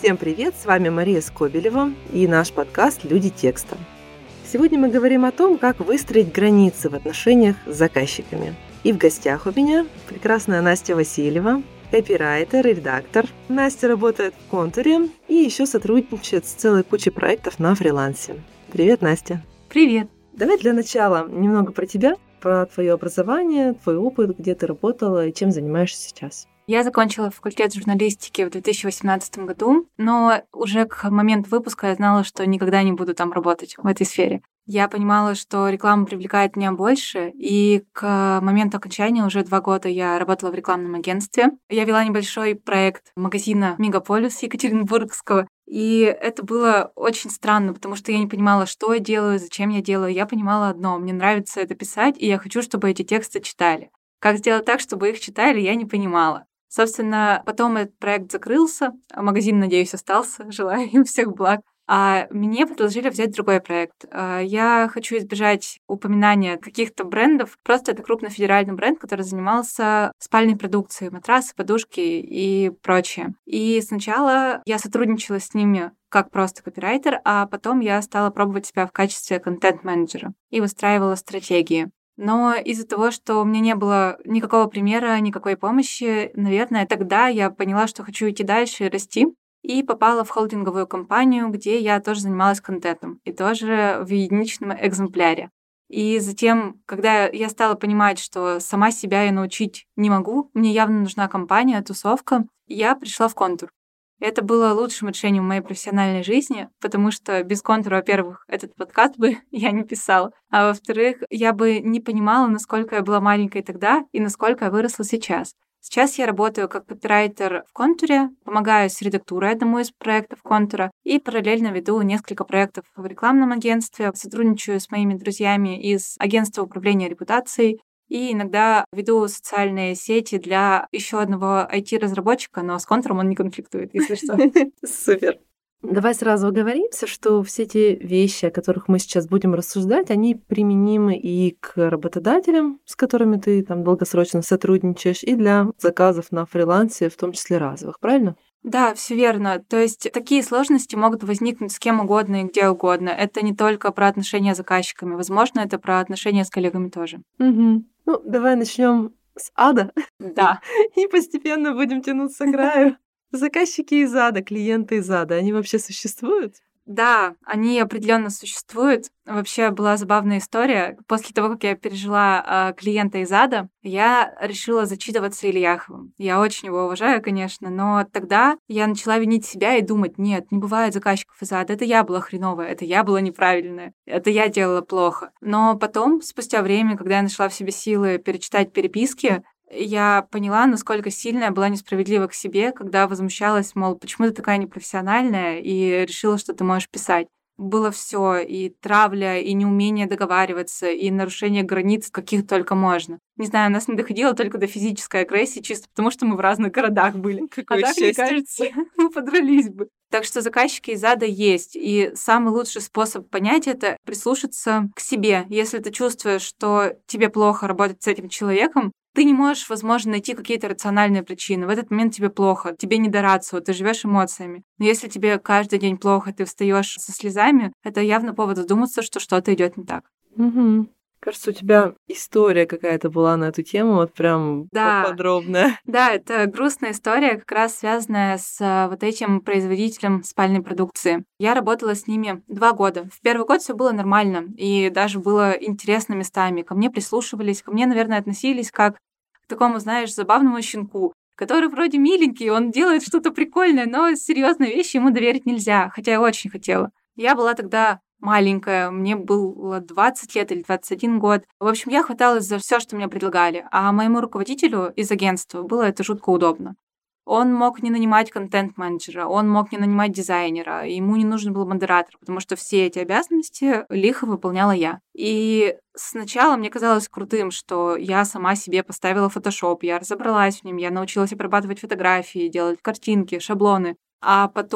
Всем привет, с вами Мария Скобелева и наш подкаст «Люди текста». Сегодня мы говорим о том, как выстроить границы в отношениях с заказчиками. И в гостях у меня прекрасная Настя Васильева, копирайтер и редактор. Настя работает в Контуре и еще сотрудничает с целой кучей проектов на фрилансе. Привет, Настя. Привет. Давай для начала немного про тебя, про твое образование, твой опыт, где ты работала и чем занимаешься сейчас. Я закончила факультет журналистики в 2018 году, но уже к моменту выпуска я знала, что никогда не буду там работать, в этой сфере. Я понимала, что реклама привлекает меня больше, и к моменту окончания уже 2 года я работала в рекламном агентстве. Я вела небольшой проект магазина «Мегаполис» екатеринбургского, и это было очень странно, потому что я не понимала, что я делаю, зачем я делаю. Я понимала одно — мне нравится это писать, и я хочу, чтобы эти тексты читали. Как сделать так, чтобы их читали, я не понимала. Собственно, потом этот проект закрылся, магазин, надеюсь, остался, желаю им всех благ. А мне предложили взять другой проект. Я хочу избежать упоминания каких-то брендов. Просто это крупный федеральный бренд, который занимался спальной продукцией, матрасы, подушки и прочее. И сначала я сотрудничала с ними как просто копирайтер, а потом я стала пробовать себя в качестве контент-менеджера и выстраивала стратегии. Но из-за того, что у меня не было никакого примера, никакой помощи, наверное, тогда я поняла, что хочу идти дальше и расти, и попала в холдинговую компанию, где я тоже занималась контентом, и тоже в единичном экземпляре. И затем, когда я стала понимать, что сама себя я научить не могу, мне явно нужна компания, тусовка, я пришла в Контур. Это было лучшим решением в моей профессиональной жизни, потому что без Контура, во-первых, этот подкаст бы я не писала, а во-вторых, я бы не понимала, насколько я была маленькой тогда и насколько я выросла сейчас. Сейчас я работаю как копирайтер в Контуре, помогаю с редактурой одному из проектов Контура и параллельно веду несколько проектов в рекламном агентстве, сотрудничаю с моими друзьями из агентства управления репутацией, и иногда веду социальные сети для еще одного IT-разработчика, но с Контуром он не конфликтует, если что. Супер. Давай сразу оговоримся, что все те вещи, о которых мы сейчас будем рассуждать, они применимы и к работодателям, с которыми ты там долгосрочно сотрудничаешь, и для заказов на фрилансе, в том числе разовых, правильно? Да, все верно. То есть такие сложности могут возникнуть с кем угодно и где угодно. Это не только про отношения с заказчиками, возможно, это про отношения с коллегами тоже. Угу. Ну, давай начнем с ада. Да. И постепенно будем тянуться к краю. Заказчики из ада, клиенты из ада, они вообще существуют? Да, они определенно существуют. Вообще была забавная история. После того, как я пережила клиента из ада, я решила зачитываться Ильяховым. Я очень его уважаю, конечно, но тогда я начала винить себя и думать: нет, не бывает заказчиков из ада. Это я была хреновая, это я была неправильная, это я делала плохо. Но потом, спустя время, когда я нашла в себе силы перечитать переписки, я поняла, насколько сильно я была несправедлива к себе, когда возмущалась, мол, почему ты такая непрофессиональная, и решила, что ты можешь писать. Было все и травля, и неумение договариваться, и нарушение границ, каких только можно. Не знаю, у нас не доходило только до физической агрессии, чисто потому что мы в разных городах были. Какое так, счастье. мне кажется, мы подрались бы. Так что заказчики из ада есть. И самый лучший способ понять это — прислушаться к себе. Если ты чувствуешь, что тебе плохо работать с этим человеком, ты не можешь, возможно, найти какие-то рациональные причины. В этот момент тебе плохо, тебе не до рацио, ты живешь эмоциями. Но если тебе каждый день плохо, ты встаешь со слезами, это явно повод задуматься, что что-то идет не так. Угу. Кажется, у тебя история какая-то была на эту тему, вот прям подробная. Да, это грустная история, как раз связанная с вот этим производителем спальной продукции. Я работала с ними 2 года. В первый год все было нормально, и даже было интересно местами. Ко мне прислушивались, ко мне, наверное, относились как к такому, знаешь, забавному щенку, который вроде миленький, он делает что-то прикольное, но серьезные вещи ему доверить нельзя, хотя я очень хотела. Я была тогда маленькая, мне было 20 лет или 21 год. В общем, я хваталась за все, что мне предлагали. А моему руководителю из агентства было это жутко удобно. Он мог не нанимать контент-менеджера, он мог не нанимать дизайнера, ему не нужен был модератор, потому что все эти обязанности лихо выполняла я. И сначала мне казалось крутым, что я сама себе поставила Photoshop, я разобралась в нем, я научилась обрабатывать фотографии, делать картинки, шаблоны. А потом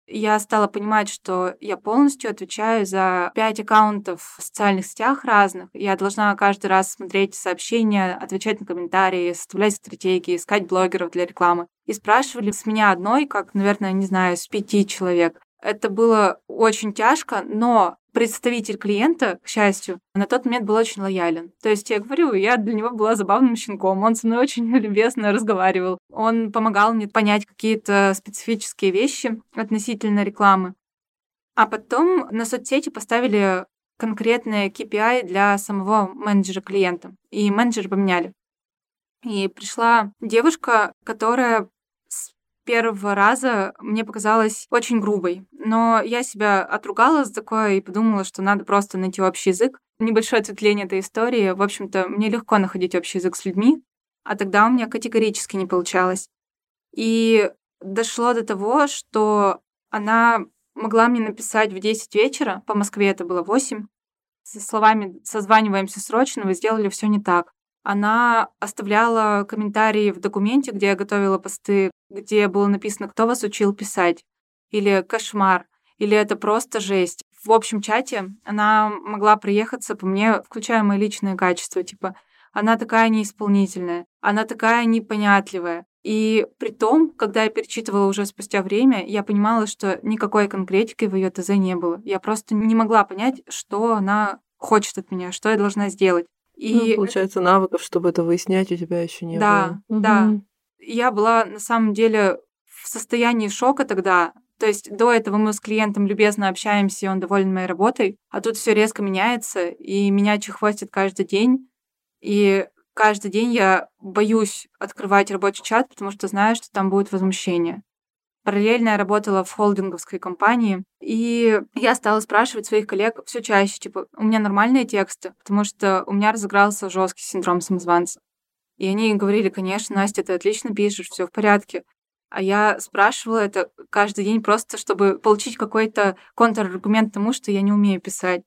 Я стала понимать, что я полностью отвечаю за 5 аккаунтов в социальных сетях разных. Я должна каждый раз смотреть сообщения, отвечать на комментарии, составлять стратегии, искать блогеров для рекламы. И спрашивали с меня одной, как, наверное, не знаю, с 5 человек. Это было очень тяжко, но представитель клиента, к счастью, на тот момент был очень лоялен. То есть я говорю, я для него была забавным щенком, он со мной очень любезно разговаривал, он помогал мне понять какие-то специфические вещи относительно рекламы. А потом на соцсети поставили конкретные KPI для самого менеджера клиента, и менеджера поменяли. И пришла девушка, которая с первого раза мне показалась очень грубой. Но я себя отругала за такое и подумала, что надо просто найти общий язык. Небольшое ответвление этой истории. В общем-то, мне легко находить общий язык с людьми, а тогда у меня категорически не получалось. И дошло до того, что она могла мне написать в 10 вечера, по Москве это было 8, со словами «созваниваемся срочно, вы сделали все не так». Она оставляла комментарии в документе, где я готовила посты, где было написано, кто вас учил писать, или кошмар, или это просто жесть. В общем чате она могла проехаться по мне, включая мои личные качества, типа она такая неисполнительная, она такая непонятливая. И при том, когда я перечитывала уже спустя время, я понимала, что никакой конкретики в ее ТЗ не было. Я просто не могла понять, что она хочет от меня, что я должна сделать. И получается, навыков, чтобы это выяснять, у тебя еще не да, было. да. Я была на самом деле в состоянии шока тогда. То есть до этого мы с клиентом любезно общаемся, и он доволен моей работой, а тут все резко меняется, и меня чехвостит каждый день. И каждый день я боюсь открывать рабочий чат, потому что знаю, что там будет возмущение. Параллельно я работала в холдинговской компании, и я стала спрашивать своих коллег все чаще, типа, у меня нормальные тексты, потому что у меня разыгрался жесткий синдром самозванца. И они говорили, конечно, Настя, ты отлично пишешь, все в порядке. А я спрашивала это каждый день просто, чтобы получить какой-то контраргумент тому, что я не умею писать.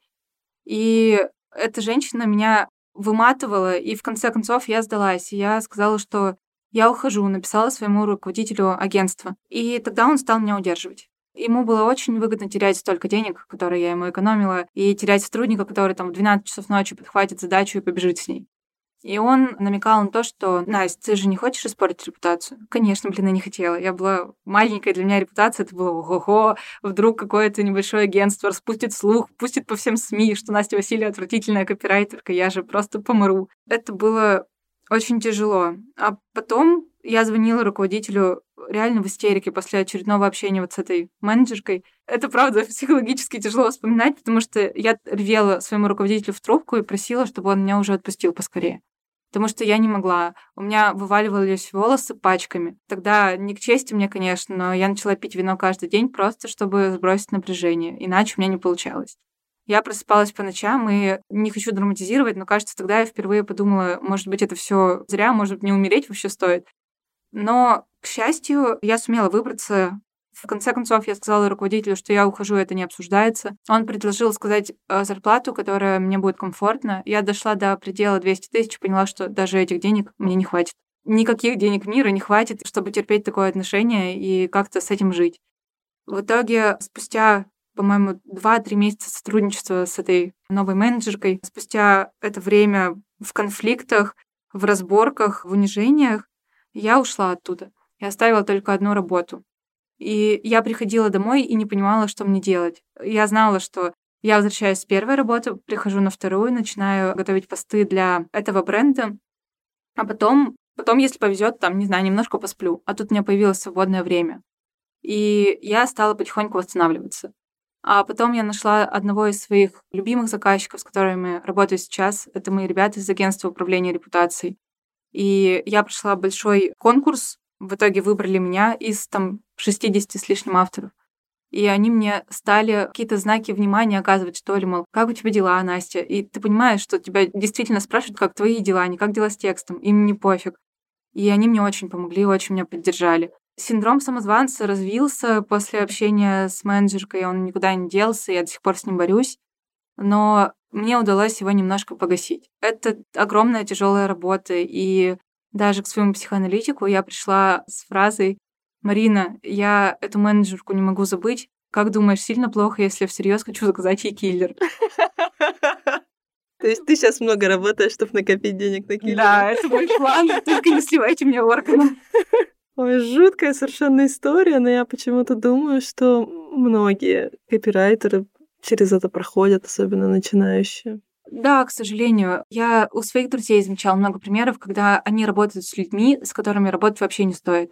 И эта женщина меня выматывала, и в конце концов я сдалась. И я сказала, что я ухожу, написала своему руководителю агентства. И тогда он стал меня удерживать. Ему было очень выгодно терять столько денег, которые я ему экономила, и терять сотрудника, который там в 12 часов ночи подхватит задачу и побежит с ней. И он намекал на то, что «Настя, ты же не хочешь испортить репутацию?» Конечно, блин, я не хотела. Я была маленькая, для меня репутация это было ого-го, вдруг какое-то небольшое агентство распустит слух, пустит по всем СМИ, что Настя Васильева отвратительная копирайтерка, я же просто помру. Это было очень тяжело. А потом я звонила руководителю реально в истерике после очередного общения вот с этой менеджеркой. Это, правда, психологически тяжело вспоминать, потому что я ревела своему руководителю в трубку и просила, чтобы он меня уже отпустил поскорее. Потому что я не могла. У меня вываливались волосы пачками. Тогда не к чести мне, конечно, но я начала пить вино каждый день просто, чтобы сбросить напряжение. Иначе у меня не получалось. Я просыпалась по ночам, и не хочу драматизировать, но, кажется, тогда я впервые подумала, может быть, это все зря, может, не умереть вообще стоит. Но, к счастью, я сумела выбраться. В конце концов, я сказала руководителю, что я ухожу, это не обсуждается. Он предложил сказать зарплату, которая мне будет комфортна. Я дошла до предела 200 тысяч, поняла, что даже этих денег мне не хватит. Никаких денег мира не хватит, чтобы терпеть такое отношение и как-то с этим жить. В итоге, спустя, по-моему, 2-3 месяца сотрудничества с этой новой менеджеркой, спустя это время в конфликтах, в разборках, в унижениях, я ушла оттуда. Я оставила только одну работу. И я приходила домой и не понимала, что мне делать. Я знала, что я возвращаюсь с первой работы, прихожу на вторую, начинаю готовить посты для этого бренда, а потом, если повезет, там, не знаю, немножко посплю. А тут у меня появилось свободное время. И я стала потихоньку восстанавливаться. А потом я нашла одного из своих любимых заказчиков, с которыми работаю сейчас. Это мои ребята из агентства управления репутацией. И я прошла большой конкурс. В итоге выбрали меня из там 60 с лишним авторов. И они мне стали какие-то знаки внимания оказывать, что ли, мол, как у тебя дела, Настя? И ты понимаешь, что тебя действительно спрашивают, как твои дела, а не как дела с текстом. Им не пофиг. И они мне очень помогли, очень меня поддержали. Синдром самозванца развился после общения с менеджеркой, он никуда не делся, я до сих пор с ним борюсь. Но мне удалось его немножко погасить. Это огромная тяжелая работа, и даже к своему психоаналитику я пришла с фразой Марина, я эту менеджерку не могу забыть. Как думаешь, сильно плохо, если я всерьез хочу заказать ей киллер? То есть ты сейчас много работаешь, чтобы накопить денег на киллера? Да, это мой план, только не сливайте мне органы. Ой, жуткая совершенно история, но я почему-то думаю, что многие копирайтеры через это проходят, особенно начинающие. Да, к сожалению. Я у своих друзей замечала много примеров, когда они работают с людьми, с которыми работать вообще не стоит.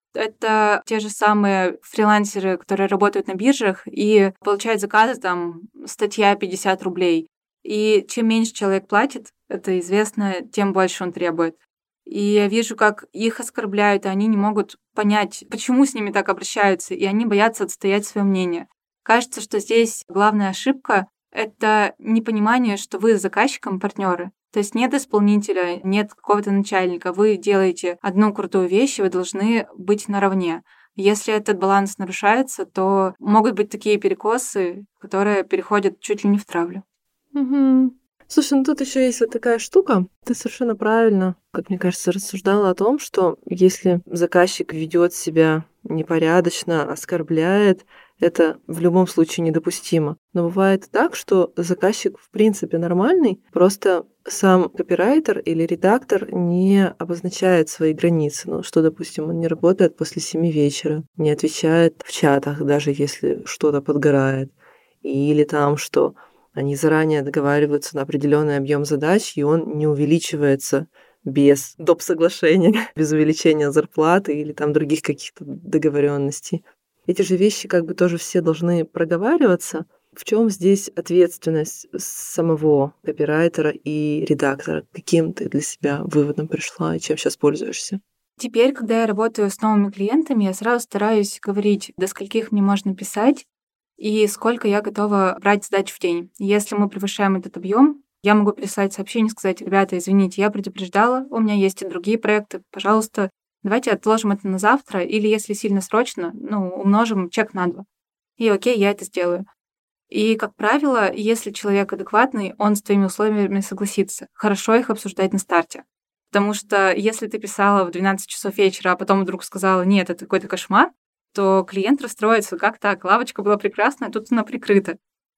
Это те же самые фрилансеры, которые работают на биржах и получают заказы, там, статья 50 рублей. И чем меньше человек платит, это известно, тем больше он требует. И я вижу, как их оскорбляют, и они не могут понять, почему с ними так обращаются, и они боятся отстоять свое мнение. Кажется, что здесь главная ошибка — это непонимание, что вы с заказчиком партнеры. То есть нет исполнителя, нет какого-то начальника. Вы делаете одну крутую вещь, и вы должны быть наравне. Если этот баланс нарушается, то могут быть такие перекосы, которые переходят чуть ли не в травлю. Угу. Слушай, ну тут еще есть вот такая штука. Ты совершенно правильно, как мне кажется, рассуждала о том, что если заказчик ведет себя непорядочно, оскорбляет, это в любом случае недопустимо. Но бывает так, что заказчик в принципе нормальный, просто сам копирайтер или редактор не обозначает свои границы. Ну, что, допустим, он не работает после 7 вечера, не отвечает в чатах, даже если что-то подгорает. Или там, что они заранее договариваются на определенный объем задач, и он не увеличивается без доп. Соглашения, без увеличения зарплаты или там других каких-то договоренностей. Эти же вещи как бы тоже все должны проговариваться. В чем здесь ответственность самого копирайтера и редактора? Каким ты для себя выводом пришла и чем сейчас пользуешься? Теперь, когда я работаю с новыми клиентами, я сразу стараюсь говорить, до скольких мне можно писать и сколько я готова брать задач в день. Если мы превышаем этот объем, я могу прислать сообщение, сказать: ребята, извините, я предупреждала, у меня есть и другие проекты, пожалуйста, давайте отложим это на завтра, или если сильно срочно, умножим чек на 2. И окей, я это сделаю. И, как правило, если человек адекватный, он с твоими условиями согласится. Хорошо их обсуждать на старте. Потому что если ты писала в 12 часов вечера, а потом вдруг сказала: нет, это какой-то кошмар, то клиент расстроится. Как так? Лавочка была прекрасная, тут она прикрыта.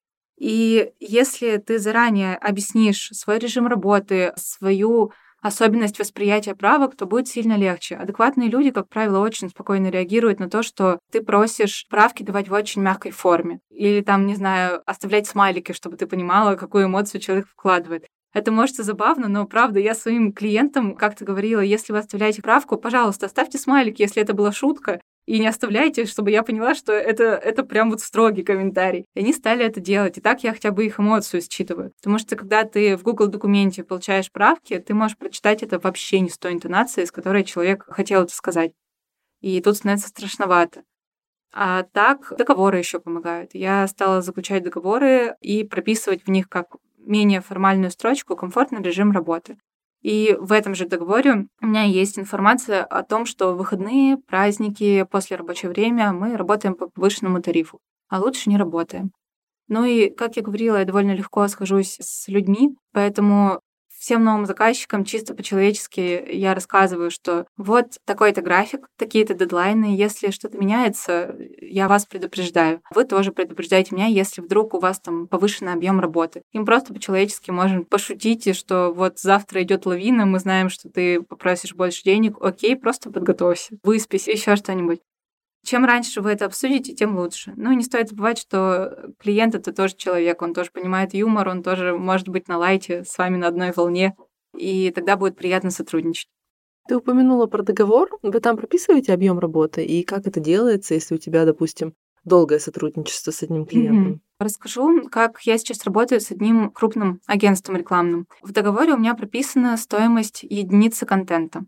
И если ты заранее объяснишь свой режим работы, свою особенность восприятия правок, то будет сильно легче. Адекватные люди, как правило, очень спокойно реагируют на то, что ты просишь правки давать в очень мягкой форме. Или там, не знаю, оставлять смайлики, чтобы ты понимала, какую эмоцию человек вкладывает. Это может и забавно, но правда, я своим клиентам как-то говорила: если вы оставляете правку, пожалуйста, оставьте смайлик, если это была шутка, и не оставляйте, чтобы я поняла, что это прям вот строгий комментарий. И они стали это делать, и так я хотя бы их эмоцию считываю. Потому что когда ты в Google документе получаешь правки, ты можешь прочитать это вообще не с той интонацией, с которой человек хотел это сказать. И тут становится страшновато. А так договоры еще помогают. Я стала заключать договоры и прописывать в них как менее формальную строчку «комфортный режим работы». И в этом же договоре у меня есть информация о том, что в выходные, праздники, после рабочего время мы работаем по повышенному тарифу, а лучше не работаем. Ну и, как я говорила, я довольно легко схожусь с людьми, поэтому всем новым заказчикам чисто по-человечески я рассказываю, что вот такой-то график, такие-то дедлайны, если что-то меняется, я вас предупреждаю. Вы тоже предупреждаете меня, если вдруг у вас там повышенный объем работы. Им просто по-человечески можем пошутить, что вот завтра идет лавина, мы знаем, что ты попросишь больше денег, окей, просто подготовься, выспись, еще что-нибудь. Чем раньше вы это обсудите, тем лучше. Ну и не стоит забывать, что клиент — это тоже человек, он тоже понимает юмор, он тоже может быть на лайте, с вами на одной волне, и тогда будет приятно сотрудничать. Ты упомянула про договор. Вы там прописываете объем работы и как это делается, если у тебя, допустим, долгое сотрудничество с одним клиентом? Расскажу, как я сейчас работаю с одним крупным агентством рекламным. В договоре у меня прописана стоимость единицы контента.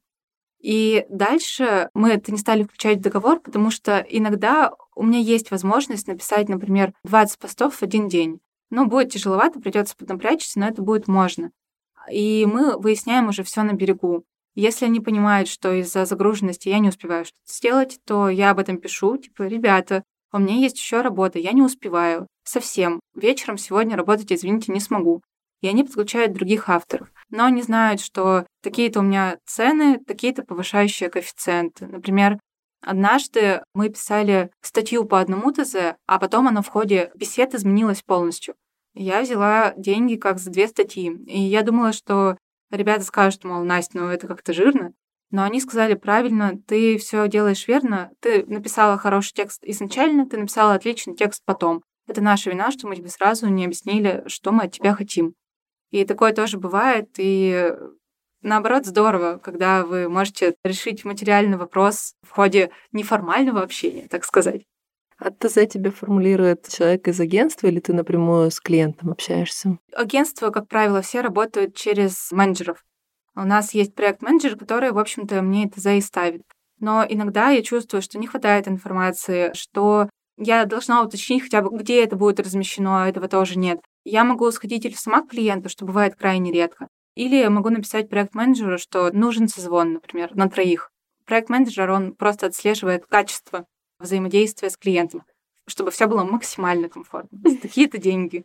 И дальше мы это не стали включать в договор, потому что иногда у меня есть возможность написать, например, 20 постов в один день. Будет тяжеловато, придется поднапрячься, но это будет можно. И мы выясняем уже все на берегу. Если они понимают, что из-за загруженности я не успеваю что-то сделать, то я об этом пишу, ребята, у меня есть еще работа, я не успеваю совсем. Вечером сегодня работать, извините, не смогу. И они подключают других авторов. Но они знают, что такие-то у меня цены, такие-то повышающие коэффициенты. Например, Однажды мы писали статью по одному ТЗ, а потом она в ходе бесед изменилась полностью. Я взяла деньги как за 2 статьи. И я думала, что ребята скажут, мол, Настя, это как-то жирно. Но они сказали, правильно, ты все делаешь верно, ты написала хороший текст изначально, ты написала отличный текст потом. Это наша вина, что мы тебе сразу не объяснили, что мы от тебя хотим. И такое тоже бывает, и наоборот здорово, когда вы можете решить материальный вопрос в ходе неформального общения, так сказать. А ТЗ тебе формулирует человек из агентства или ты напрямую с клиентом общаешься? Агентства, как правило, все работают через менеджеров. У нас есть проект-менеджер, который, в общем-то, мне ТЗ и ставит. Но иногда я чувствую, что не хватает информации, что я должна уточнить хотя бы, где это будет размещено, а этого тоже нет. Я могу сходить или сама к клиенту, что бывает крайне редко, или я могу написать проект-менеджеру, что нужен созвон, например, на 3. Проект-менеджер, он просто отслеживает качество взаимодействия с клиентом, чтобы все было максимально комфортно. Такие-то деньги.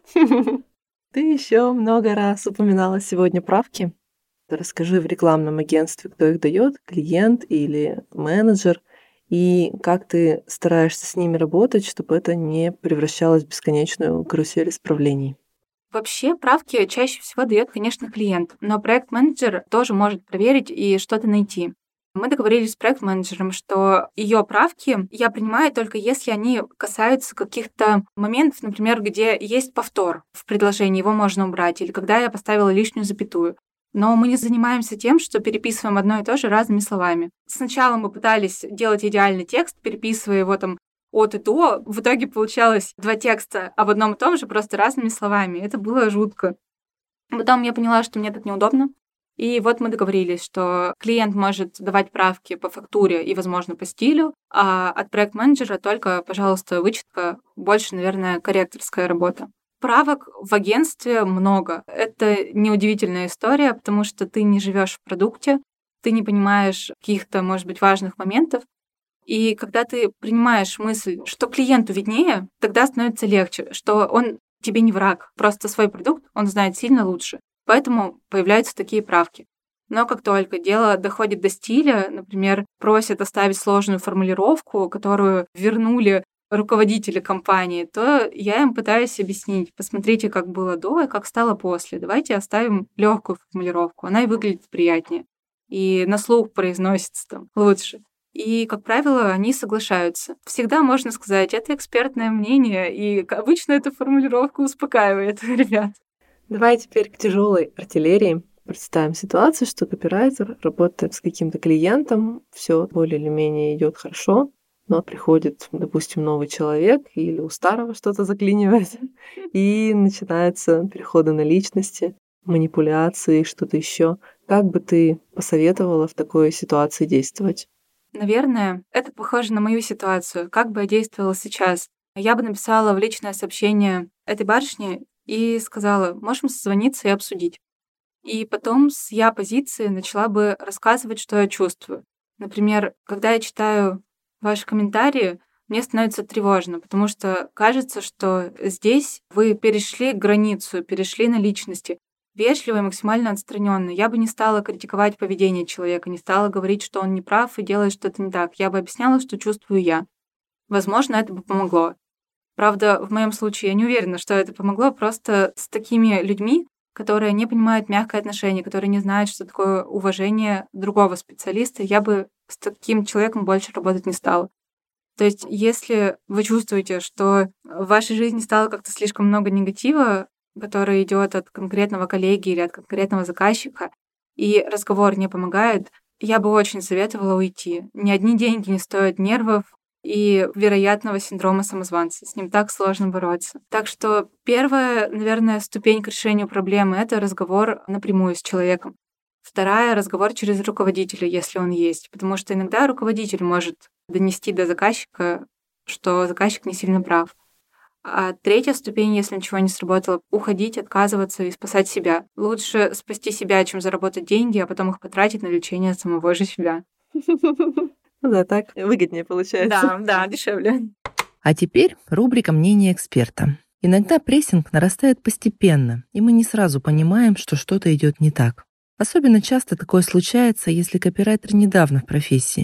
Ты еще много раз упоминала сегодня правки. Расскажи в рекламном агентстве, кто их дает, клиент или менеджер, и как ты стараешься с ними работать, чтобы это не превращалось в бесконечную карусель исправлений. Вообще правки чаще всего дает, конечно, клиент, но проект-менеджер тоже может проверить и что-то найти. Мы договорились с проект-менеджером, что ее правки я принимаю только если они касаются каких-то моментов, например, где есть повтор в предложении, его можно убрать, или когда я поставила лишнюю запятую. Но мы не занимаемся тем, что переписываем одно и то же разными словами. Сначала мы пытались делать идеальный текст, переписывая его там от и до. В итоге получалось 2 текста об одном и том же, просто разными словами. Это было жутко. Потом я поняла, что мне так неудобно. И вот мы договорились, что клиент может давать правки по фактуре и, возможно, по стилю, а от проект-менеджера только, пожалуйста, вычетка, больше, наверное, корректорская работа. Правок в агентстве много. Это неудивительная история, потому что ты не живешь в продукте, ты не понимаешь каких-то, может быть, важных моментов. И когда ты принимаешь мысль, что клиенту виднее, тогда становится легче, что он тебе не враг, просто свой продукт он знает сильно лучше. Поэтому появляются такие правки. Но как только дело доходит до стиля, например, просят оставить сложную формулировку, которую вернули руководители компании, то я им пытаюсь объяснить. Посмотрите, как было до и как стало после. Давайте оставим легкую формулировку. Она и выглядит приятнее. И на слух произносится там лучше. И, как правило, они соглашаются. Всегда можно сказать, это экспертное мнение, и обычно эта формулировка успокаивает ребят. Давай теперь к тяжелой артиллерии. Представим ситуацию, что копирайтер работает с каким-то клиентом, все более или менее идет хорошо, но приходит, допустим, новый человек или у старого что-то заклинивает, и начинаются переходы на личности, манипуляции, что-то еще. Как бы ты посоветовала в такой ситуации действовать? Наверное, это похоже на мою ситуацию. Как бы я действовала сейчас? Я бы написала в личное сообщение этой барышне и сказала, можем созвониться и обсудить. И потом с я позиции начала бы рассказывать, что я чувствую. Например, когда я читаю ваши комментарии, мне становится тревожно, потому что кажется, что здесь вы перешли границу, перешли на личности. Вежливо и максимально отстраненно. Я бы не стала критиковать поведение человека, не стала говорить, что он не прав и делает что-то не так. Я бы объясняла, что чувствую я. Возможно, это бы помогло. Правда, в моем случае я не уверена, что это помогло. Просто с такими людьми, которые не понимают мягкое отношение, которые не знают, что такое уважение другого специалиста, я бы с таким человеком больше работать не стала. То есть, если вы чувствуете, что в вашей жизни стало как-то слишком много негатива, который идет от конкретного коллеги или от конкретного заказчика, и разговор не помогает, я бы очень советовала уйти. Ни одни деньги не стоят нервов и вероятного синдрома самозванца. С ним так сложно бороться. Так что первая, наверное, ступень к решению проблемы — это разговор напрямую с человеком. Вторая — разговор через руководителя, если он есть. Потому что иногда руководитель может донести до заказчика, что заказчик не сильно прав. А третья ступень, если ничего не сработало, уходить, отказываться и спасать себя. Лучше спасти себя, чем заработать деньги, а потом их потратить на лечение самого же себя. Да, так выгоднее получается. Да, дешевле. А теперь рубрика «Мнение эксперта». Иногда прессинг нарастает постепенно, и мы не сразу понимаем, что что-то идет не так. Особенно часто такое случается, если копирайтер недавно в профессии.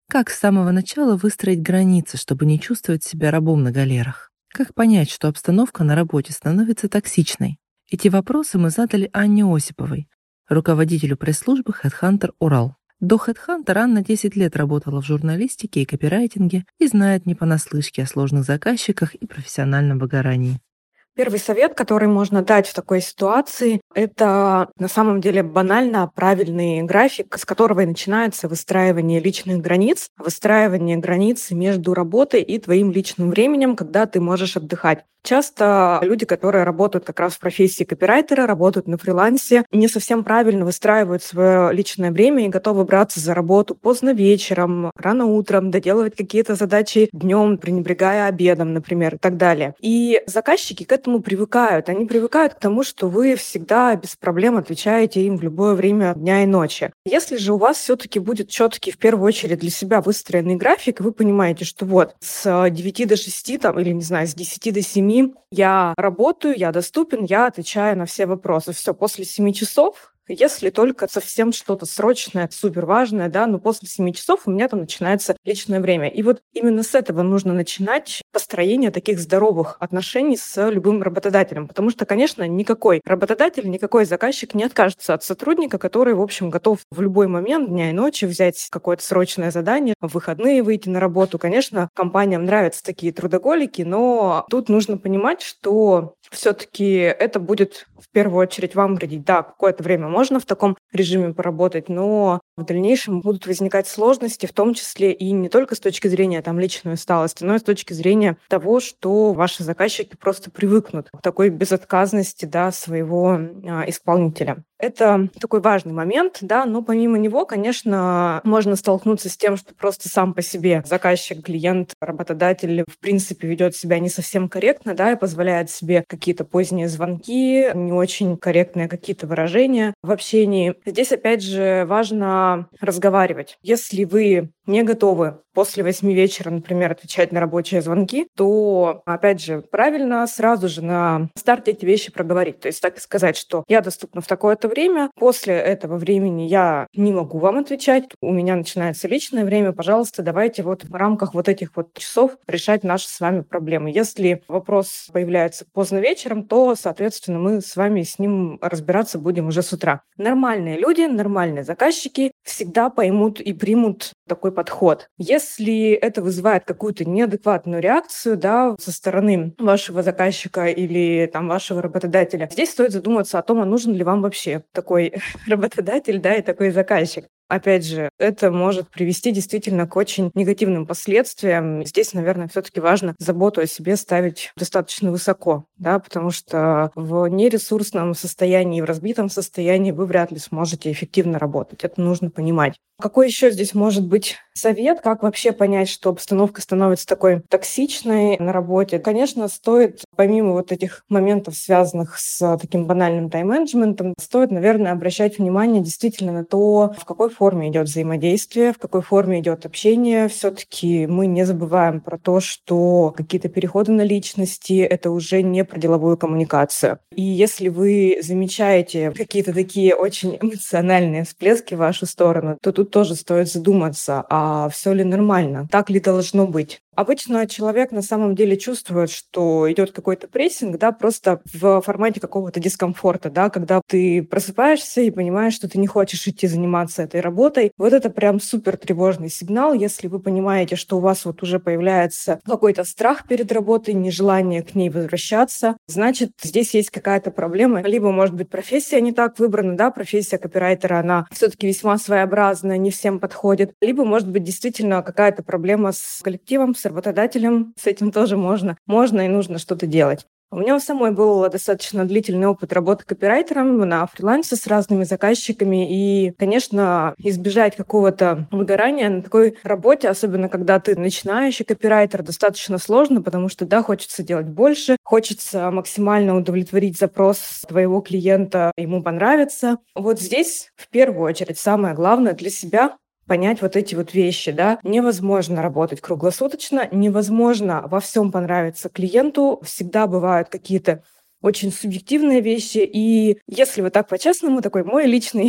Как с самого начала выстроить границы, чтобы не чувствовать себя рабом на галерах? Как понять, что обстановка на работе становится токсичной? Эти вопросы мы задали Анне Осиповой, руководителю пресс-службы HeadHunter Урал. До HeadHunter Анна 10 лет работала в журналистике и копирайтинге и знает не понаслышке о сложных заказчиках и профессиональном выгорании. Первый совет, который можно дать в такой ситуации, это на самом деле банально правильный график, с которого и начинается выстраивание личных границ, выстраивание границы между работой и твоим личным временем, когда ты можешь отдыхать. Часто люди, которые работают как раз в профессии копирайтера, работают на фрилансе, не совсем правильно выстраивают свое личное время и готовы браться за работу поздно вечером, рано утром, доделывать какие-то задачи днем, пренебрегая обедом, например, и так далее. И заказчики к этому привыкают. Они привыкают к тому, что вы всегда без проблем отвечаете им в любое время дня и ночи. Если же у вас все-таки будет четкий, в первую очередь, для себя выстроенный график, вы понимаете, что вот с 9 до 6, там, или, не знаю, с 10 до 7 я работаю, я доступен, я отвечаю на все вопросы. Все, после 7 часов, если только совсем что-то срочное, супер важное, да, но после 7 часов у меня там начинается личное время. И вот именно с этого нужно начинать построение таких здоровых отношений с любым работодателем. Потому что, конечно, никакой работодатель, никакой заказчик не откажется от сотрудника, который, в общем, готов в любой момент дня и ночи взять какое-то срочное задание, в выходные выйти на работу. Конечно, компаниям нравятся такие трудоголики, но тут нужно понимать, что все-таки это будет в первую очередь вам вредить. Да, какое-то время можно в таком режиме поработать, но в дальнейшем будут возникать сложности, в том числе и не только с точки зрения там, личной усталости, но и с точки зрения того, что ваши заказчики просто привыкнут к такой безотказности, да, своего исполнителя. Это такой важный момент, да, но помимо него, конечно, можно столкнуться с тем, что просто сам по себе заказчик, клиент, работодатель в принципе ведет себя не совсем корректно, да, и позволяет себе какие-то поздние звонки, не очень корректные какие-то выражения в общении. Здесь, опять же, важно разговаривать. Если вы не готовы после 8 вечера, например, отвечать на рабочие звонки, то, опять же, правильно сразу же на старте эти вещи проговорить. То есть так и сказать, что я доступна в такое-то время, после этого времени я не могу вам отвечать, у меня начинается личное время, пожалуйста, давайте вот в рамках вот этих вот часов решать наши с вами проблемы. Если вопрос появляется поздно вечером, то, соответственно, мы с вами с ним разбираться будем уже с утра. Нормальные люди, нормальные заказчики всегда поймут и примут такой подход. Если это вызывает какую-то неадекватную реакцию, да, со стороны вашего заказчика или там вашего работодателя, здесь стоит задуматься о том, а нужен ли вам вообще такой работодатель, да, и такой заказчик. Опять же, это может привести действительно к очень негативным последствиям. Здесь, наверное, все-таки важно заботу о себе ставить достаточно высоко, да, потому что в нересурсном состоянии, в разбитом состоянии вы вряд ли сможете эффективно работать. Это нужно понимать. Какой еще здесь может быть совет? Как вообще понять, что обстановка становится такой токсичной на работе? Конечно, стоит, помимо вот этих моментов, связанных с таким банальным тайм-менеджментом, стоит, наверное, обращать внимание действительно на то, в какой форме идет взаимодействие, в какой форме идет общение. Все-таки мы не забываем про то, что какие-то переходы на личности — это уже не про деловую коммуникацию. И если вы замечаете какие-то такие очень эмоциональные всплески в вашу сторону, то тут тоже стоит задуматься, а все ли нормально, так ли должно быть. Обычно человек на самом деле чувствует, что идет какой-то прессинг, да, просто в формате какого-то дискомфорта, да, когда ты просыпаешься и понимаешь, что ты не хочешь идти заниматься этой работой. Вот это прям супер тревожный сигнал. Если вы понимаете, что у вас вот уже появляется какой-то страх перед работой, нежелание к ней возвращаться, значит, здесь есть какая-то проблема. Либо, может быть, профессия не так выбрана, да, профессия копирайтера, она все-таки весьма своеобразная, не всем подходит. Либо, может быть, действительно какая-то проблема с коллективом, с работодателем, с этим тоже можно и нужно что-то делать. У меня у самой был достаточно длительный опыт работы копирайтером на фрилансе с разными заказчиками. И, конечно, избежать какого-то выгорания на такой работе, особенно когда ты начинающий копирайтер, достаточно сложно, потому что, да, хочется делать больше, хочется максимально удовлетворить запрос твоего клиента, ему понравится. Вот здесь, в первую очередь, самое главное для себя — понять вот эти вот вещи, да. Невозможно работать круглосуточно, невозможно во всем понравиться клиенту. Всегда бывают какие-то очень субъективные вещи. И если вот так по-честному, такой мой личный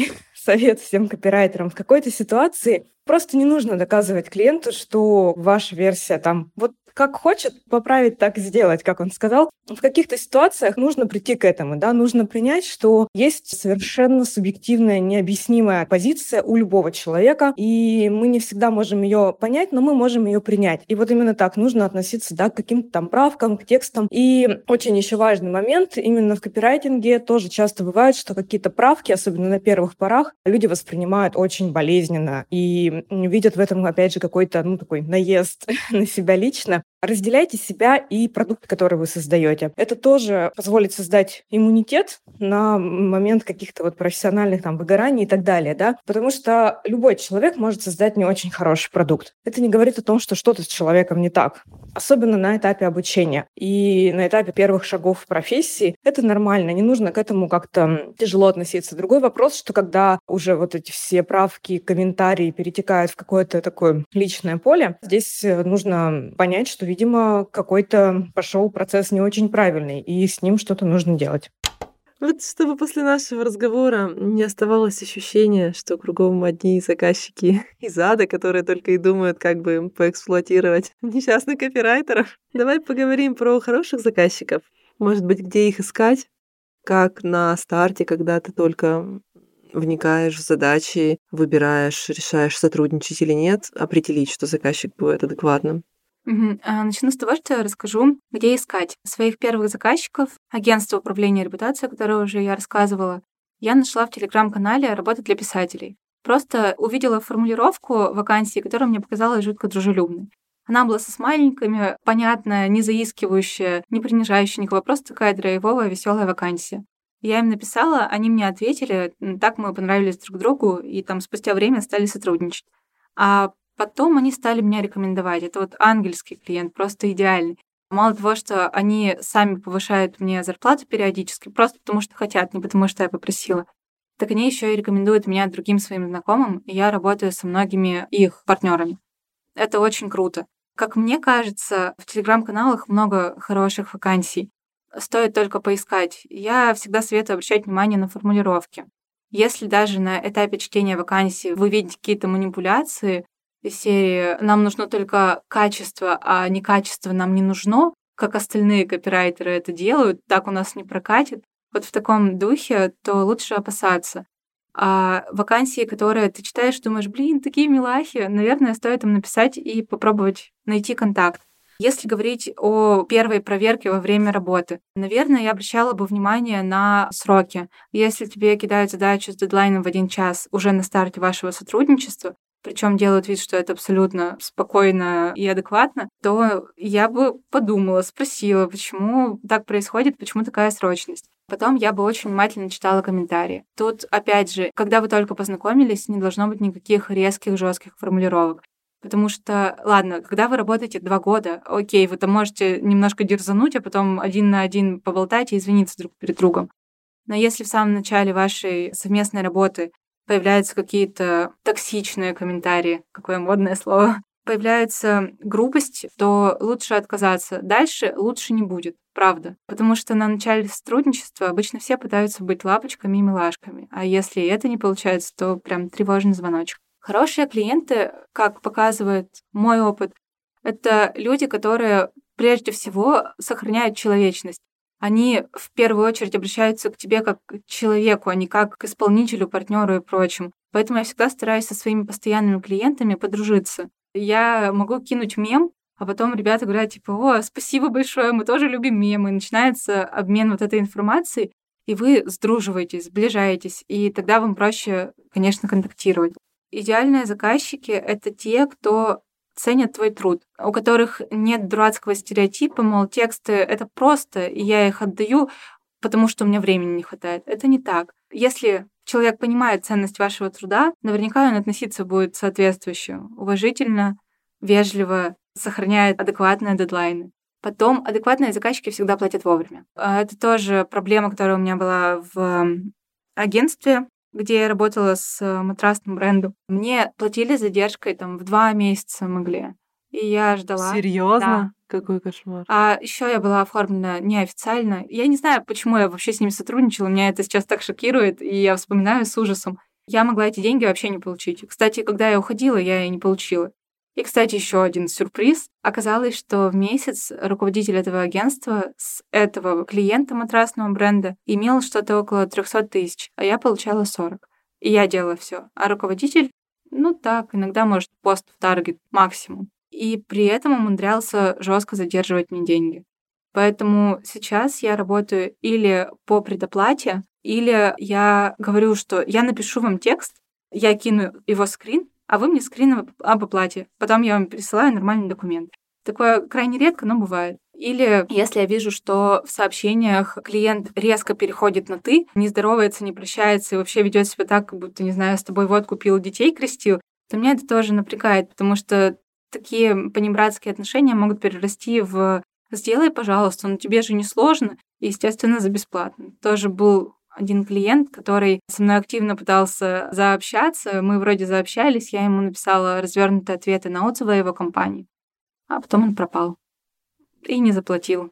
совет всем копирайтерам. В какой-то ситуации просто не нужно доказывать клиенту, что ваша версия там вот как хочет поправить, так и сделать, как он сказал. В каких-то ситуациях нужно прийти к этому, да, нужно принять, что есть совершенно субъективная, необъяснимая позиция у любого человека, и мы не всегда можем ее понять, но мы можем ее принять. И вот именно так нужно относиться, да, к каким-то там правкам, к текстам. И очень еще важный момент, именно в копирайтинге тоже часто бывает, что какие-то правки, особенно на первых порах, люди воспринимают очень болезненно и видят в этом, опять же, какой-то, такой наезд на себя лично. Разделяйте себя и продукт, который вы создаете. Это тоже позволит создать иммунитет на момент каких-то вот профессиональных там выгораний и так далее, да, потому что любой человек может создать не очень хороший продукт. Это не говорит о том, что что-то с человеком не так, особенно на этапе обучения и на этапе первых шагов в профессии. Это нормально, не нужно к этому как-то тяжело относиться. Другой вопрос, что когда уже вот эти все правки, комментарии перетекают в какое-то такое личное поле, здесь нужно понять, что, видимо, какой-то пошел процесс не очень правильный, и с ним что-то нужно делать. Вот чтобы после нашего разговора не оставалось ощущения, что кругом одни заказчики из ада, которые только и думают, как бы поэксплуатировать несчастных копирайтеров. Давай поговорим про хороших заказчиков. Может быть, где их искать? Как на старте, когда ты только вникаешь в задачи, выбираешь, решаешь, сотрудничать или нет, определить, что заказчик будет адекватным. Начну с того, что я расскажу, где искать своих первых заказчиков. Агентство управления репутацией, о котором уже я рассказывала, я нашла в телеграм-канале «Работа для писателей». Просто увидела формулировку вакансии, которая мне показалась жутко дружелюбной. Она была со смайликами, понятная, не заискивающая, не принижающая никого, просто такая драйвовая, веселая вакансия. Я им написала, они мне ответили, так мы понравились друг другу, и там спустя время стали сотрудничать. А потом они стали меня рекомендовать. Это вот ангельский клиент, просто идеальный. Мало того, что они сами повышают мне зарплату периодически, просто потому что хотят, не потому что я попросила, так они еще и рекомендуют меня другим своим знакомым, и я работаю со многими их партнерами. Это очень круто. Как мне кажется, в телеграм-каналах много хороших вакансий. Стоит только поискать. Я всегда советую обращать внимание на формулировки. Если даже на этапе чтения вакансий вы видите какие-то манипуляции из серии «нам нужно только качество, а не качество нам не нужно», как остальные копирайтеры это делают, так у нас не прокатит, вот в таком духе, то лучше опасаться. А вакансии, которые ты читаешь, думаешь, такие милахи, наверное, стоит им написать и попробовать найти контакт. Если говорить о первой проверке во время работы, наверное, я обращала бы внимание на сроки. Если тебе кидают задачу с дедлайном в 1 час уже на старте вашего сотрудничества, причем делают вид, что это абсолютно спокойно и адекватно, то я бы подумала, спросила, почему так происходит, почему такая срочность. Потом я бы очень внимательно читала комментарии. Тут, опять же, когда вы только познакомились, не должно быть никаких резких, жестких формулировок. Потому что, ладно, когда вы работаете 2 года, окей, вы там можете немножко дерзануть, а потом 1 на 1 поболтать и извиниться друг перед другом. Но если в самом начале вашей совместной работы появляются какие-то токсичные комментарии, какое модное слово, появляется грубость, то лучше отказаться. Дальше лучше не будет, правда. Потому что на начале сотрудничества обычно все пытаются быть лапочками и милашками. А если это не получается, то прям тревожный звоночек. Хорошие клиенты, как показывает мой опыт, это люди, которые прежде всего сохраняют человечность. Они в первую очередь обращаются к тебе как к человеку, а не как к исполнителю, партнеру и прочему. Поэтому я всегда стараюсь со своими постоянными клиентами подружиться. Я могу кинуть мем, а потом ребята говорят, типа, о, спасибо большое, мы тоже любим мемы. И начинается обмен вот этой информацией, и вы сдруживаетесь, сближаетесь, и тогда вам проще, конечно, контактировать. Идеальные заказчики — это те, кто ценят твой труд, у которых нет дурацкого стереотипа, мол, тексты — это просто, и я их отдаю, потому что у меня времени не хватает. Это не так. Если человек понимает ценность вашего труда, наверняка он относиться будет соответствующе, уважительно, вежливо, сохраняет адекватные дедлайны. Потом адекватные заказчики всегда платят вовремя. Это тоже проблема, которая у меня была в агентстве, где я работала с матрасным брендом. Мне платили с задержкой там в 2 месяца могли. И я ждала. Серьезно? Да. Какой кошмар. А еще я была оформлена неофициально. Я не знаю, почему я вообще с ними сотрудничала. Меня это сейчас так шокирует, и я вспоминаю с ужасом. я могла эти деньги вообще не получить. Кстати, когда я уходила, я и не получила. И, кстати, еще один сюрприз. Оказалось, что в месяц руководитель этого агентства с этого клиента матрасного бренда имел что-то около 300 тысяч, а я получала 40. И я делала все. А руководитель, так, иногда, может, пост в таргет максимум. И при этом умудрялся жестко задерживать мне деньги. Поэтому сейчас я работаю или по предоплате, или я говорю, что я напишу вам текст, я кину его скрин, а вы мне скрин об оплате. Потом я вам присылаю нормальный документ. Такое крайне редко, но бывает. Или если я вижу, что в сообщениях клиент резко переходит на «ты», не здоровается, не прощается и вообще ведет себя так, как будто, не знаю, с тобой водку пил, детей крестил, то меня это тоже напрягает, потому что такие понебратские отношения могут перерасти в «сделай, пожалуйста, но тебе же не сложно», и, естественно, за бесплатно. Тоже был один клиент, который со мной активно пытался заобщаться. Мы вроде заобщались, я ему написала развернутые ответы на отзывы о его компании. А потом он пропал. И не заплатил.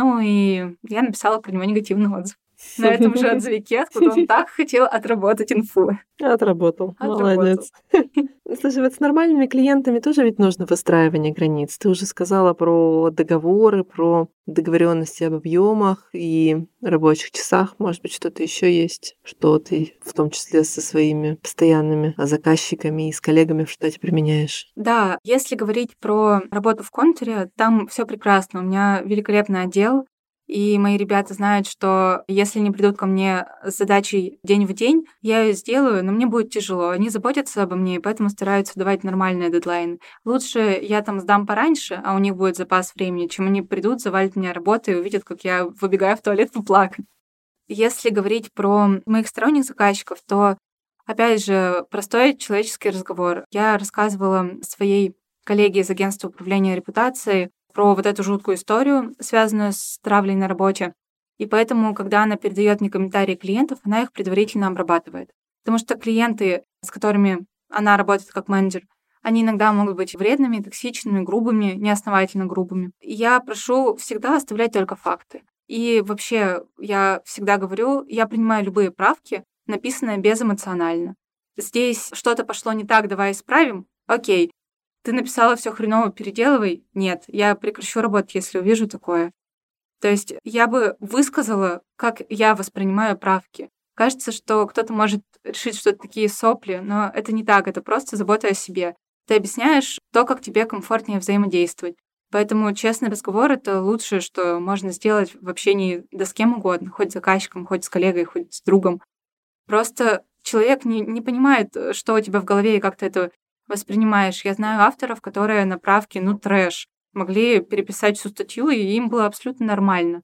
И я написала про него негативный отзыв. На этом же отзывике, откуда он так хотел отработать инфу. Отработал. Молодец. Слушай, вот с нормальными клиентами тоже ведь нужно выстраивание границ. Ты уже сказала про договоры, про договоренности об объемах и рабочих часах. Может быть, что-то еще есть, что ты в том числе со своими постоянными заказчиками и с коллегами в штате применяешь? Да, если говорить про работу в контуре, там все прекрасно. У меня великолепный отдел. И мои ребята знают, что если они придут ко мне с задачей день в день, я ее сделаю, но мне будет тяжело. Они заботятся обо мне, и поэтому стараются давать нормальные дедлайны. Лучше я там сдам пораньше, а у них будет запас времени, чем они придут, завалят меня работой и увидят, как я выбегаю в туалет поплакать. Если говорить про моих сторонних заказчиков, то, опять же, простой человеческий разговор. Я рассказывала своей коллеге из агентства управления репутацией про вот эту жуткую историю, связанную с травлей на работе. И поэтому, когда она передает мне комментарии клиентов, она их предварительно обрабатывает. Потому что клиенты, с которыми она работает как менеджер, они иногда могут быть вредными, токсичными, грубыми, неосновательно грубыми. И я прошу всегда оставлять только факты. И вообще, я всегда говорю, я принимаю любые правки, написанные безэмоционально. Здесь что-то пошло не так, давай исправим. Окей. Ты написала все хреново, переделывай. Нет, я прекращу работать, если увижу такое. То есть я бы высказала, как я воспринимаю правки. Кажется, что кто-то может решить, что это такие сопли, но это не так, это просто забота о себе. Ты объясняешь то, как тебе комфортнее взаимодействовать. Поэтому честный разговор — это лучшее, что можно сделать в общении да с кем угодно, хоть с заказчиком, хоть с коллегой, хоть с другом. Просто человек не понимает, что у тебя в голове и как ты это воспринимаешь. Я знаю авторов, которые на правки, трэш, могли переписать всю статью, и им было абсолютно нормально.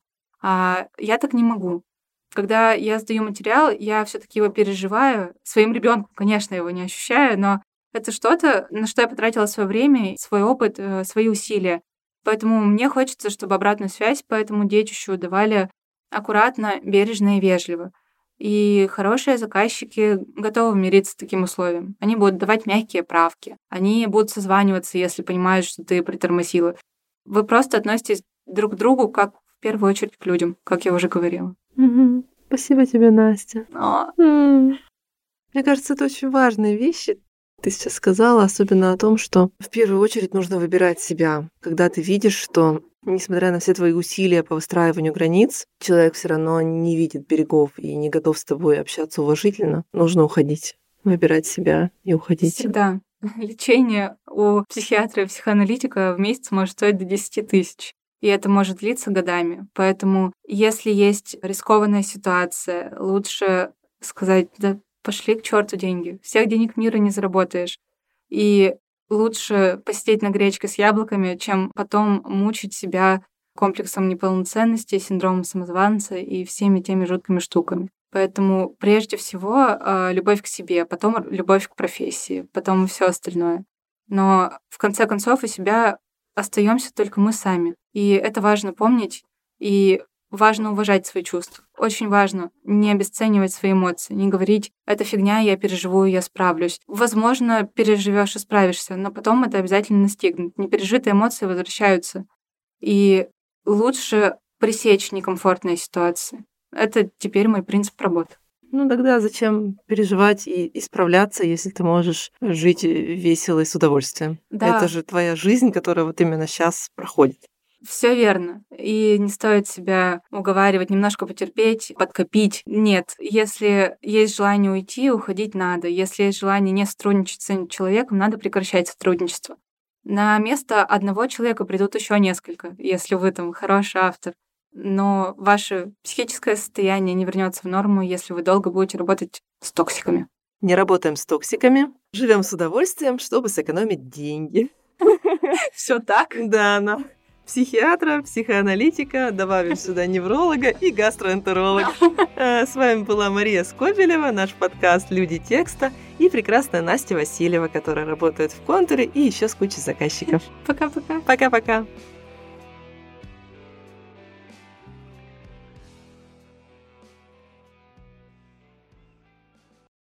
А я так не могу. Когда я сдаю материал, я все-таки его переживаю. Своим ребенком, конечно, его не ощущаю, но это что-то, на что я потратила свое время, свой опыт, свои усилия. Поэтому мне хочется, чтобы обратную связь по этому детищу давали аккуратно, бережно и вежливо. И хорошие заказчики готовы мириться с таким условием. Они будут давать мягкие правки. Они будут созваниваться, если понимают, что ты притормозила. Вы просто относитесь друг к другу, как в первую очередь к людям, как я уже говорила. Спасибо тебе, Настя. Мне кажется, это очень важные вещи. Ты сейчас сказала, особенно о том, что в первую очередь нужно выбирать себя. Когда ты видишь, что, несмотря на все твои усилия по выстраиванию границ, человек все равно не видит берегов и не готов с тобой общаться уважительно, нужно уходить, выбирать себя и уходить. Всегда. Лечение у психиатра и психоаналитика в месяц может стоить до 10 тысяч. И это может длиться годами. Поэтому, если есть рискованная ситуация, лучше сказать: да пошли к черту деньги. Всех денег мира не заработаешь. И лучше посидеть на гречке с яблоками, чем потом мучить себя комплексом неполноценности, синдромом самозванца и всеми теми жуткими штуками. Поэтому прежде всего любовь к себе, потом любовь к профессии, потом все остальное. Но в конце концов у себя остаемся только мы сами. И это важно помнить, и важно уважать свои чувства. Очень важно не обесценивать свои эмоции, не говорить: это фигня, я переживу, я справлюсь. Возможно, переживешь и справишься, но потом это обязательно настигнет. Непережитые эмоции возвращаются. И лучше пресечь некомфортные ситуации. Это теперь мой принцип работы. Ну тогда зачем переживать и исправляться, если ты можешь жить весело и с удовольствием? Да. Это же твоя жизнь, которая вот именно сейчас проходит. Все верно. И не стоит себя уговаривать, немножко потерпеть, подкопить. Нет, если есть желание уйти, уходить надо. Если есть желание не сотрудничать с этим человеком, надо прекращать сотрудничество. На место одного человека придут еще несколько, если вы там хороший автор. Но ваше психическое состояние не вернется в норму, если вы долго будете работать с токсиками. Не работаем с токсиками, живем с удовольствием, чтобы сэкономить деньги. Все так? Да, на психиатра, психоаналитика, добавим сюда невролога и гастроэнтеролога. С вами была Мария Скобелева, наш подкаст «Люди текста», и прекрасная Настя Васильева, которая работает в Контуре и еще с кучей заказчиков. Пока-пока. Пока-пока.